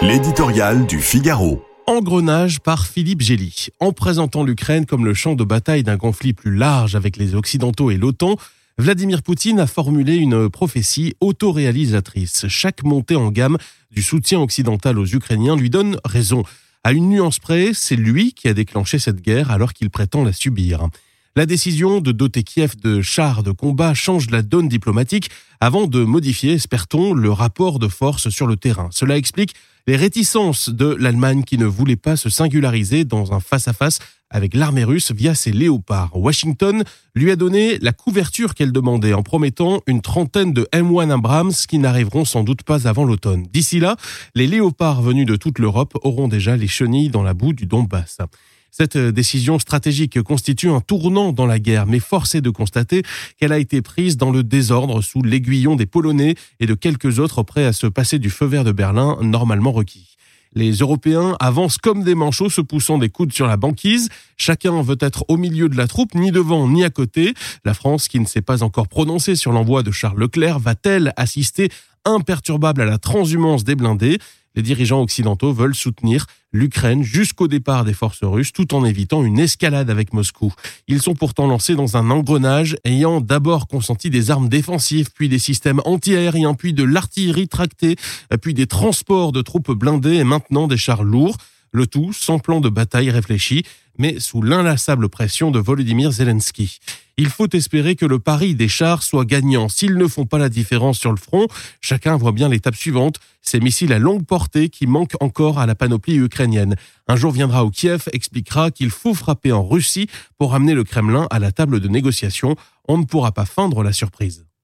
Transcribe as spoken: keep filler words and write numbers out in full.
L'éditorial du Figaro. Engrenage par Philippe Gély. En présentant l'Ukraine comme le champ de bataille d'un conflit plus large avec les Occidentaux et l'OTAN, Vladimir Poutine a formulé une prophétie autoréalisatrice. Chaque montée en gamme du soutien occidental aux Ukrainiens lui donne raison. À une nuance près, c'est lui qui a déclenché cette guerre alors qu'il prétend la subir. La décision de doter Kiev de chars de combat change la donne diplomatique avant de modifier, espère-t-on, le rapport de force sur le terrain. Cela explique les réticences de l'Allemagne qui ne voulait pas se singulariser dans un face-à-face avec l'armée russe via ses léopards. Washington lui a donné la couverture qu'elle demandait en promettant une trentaine de M un Abrams qui n'arriveront sans doute pas avant l'automne. D'ici là, les léopards venus de toute l'Europe auront déjà les chenilles dans la boue du Donbass. Cette décision stratégique constitue un tournant dans la guerre, mais force est de constater qu'elle a été prise dans le désordre sous l'aiguillon des Polonais et de quelques autres prêts à se passer du feu vert de Berlin normalement requis. Les Européens avancent comme des manchots se poussant des coudes sur la banquise. Chacun veut être au milieu de la troupe, ni devant ni à côté. La France, qui ne s'est pas encore prononcée sur l'envoi de Charles Leclerc, va-t-elle assister imperturbable à la transhumance des blindés ? Les dirigeants occidentaux veulent soutenir l'Ukraine jusqu'au départ des forces russes tout en évitant une escalade avec Moscou. Ils sont pourtant lancés dans un engrenage ayant d'abord consenti des armes défensives, puis des systèmes anti-aériens, puis de l'artillerie tractée, puis des transports de troupes blindées et maintenant des chars lourds. Le tout sans plan de bataille réfléchi, mais sous l'inlassable pression de Volodymyr Zelensky. Il faut espérer que le pari des chars soit gagnant. S'ils ne font pas la différence sur le front, chacun voit bien l'étape suivante, ces missiles à longue portée qui manquent encore à la panoplie ukrainienne. Un jour viendra où Kiev expliquera qu'il faut frapper en Russie pour amener le Kremlin à la table de négociation. On ne pourra pas feindre la surprise.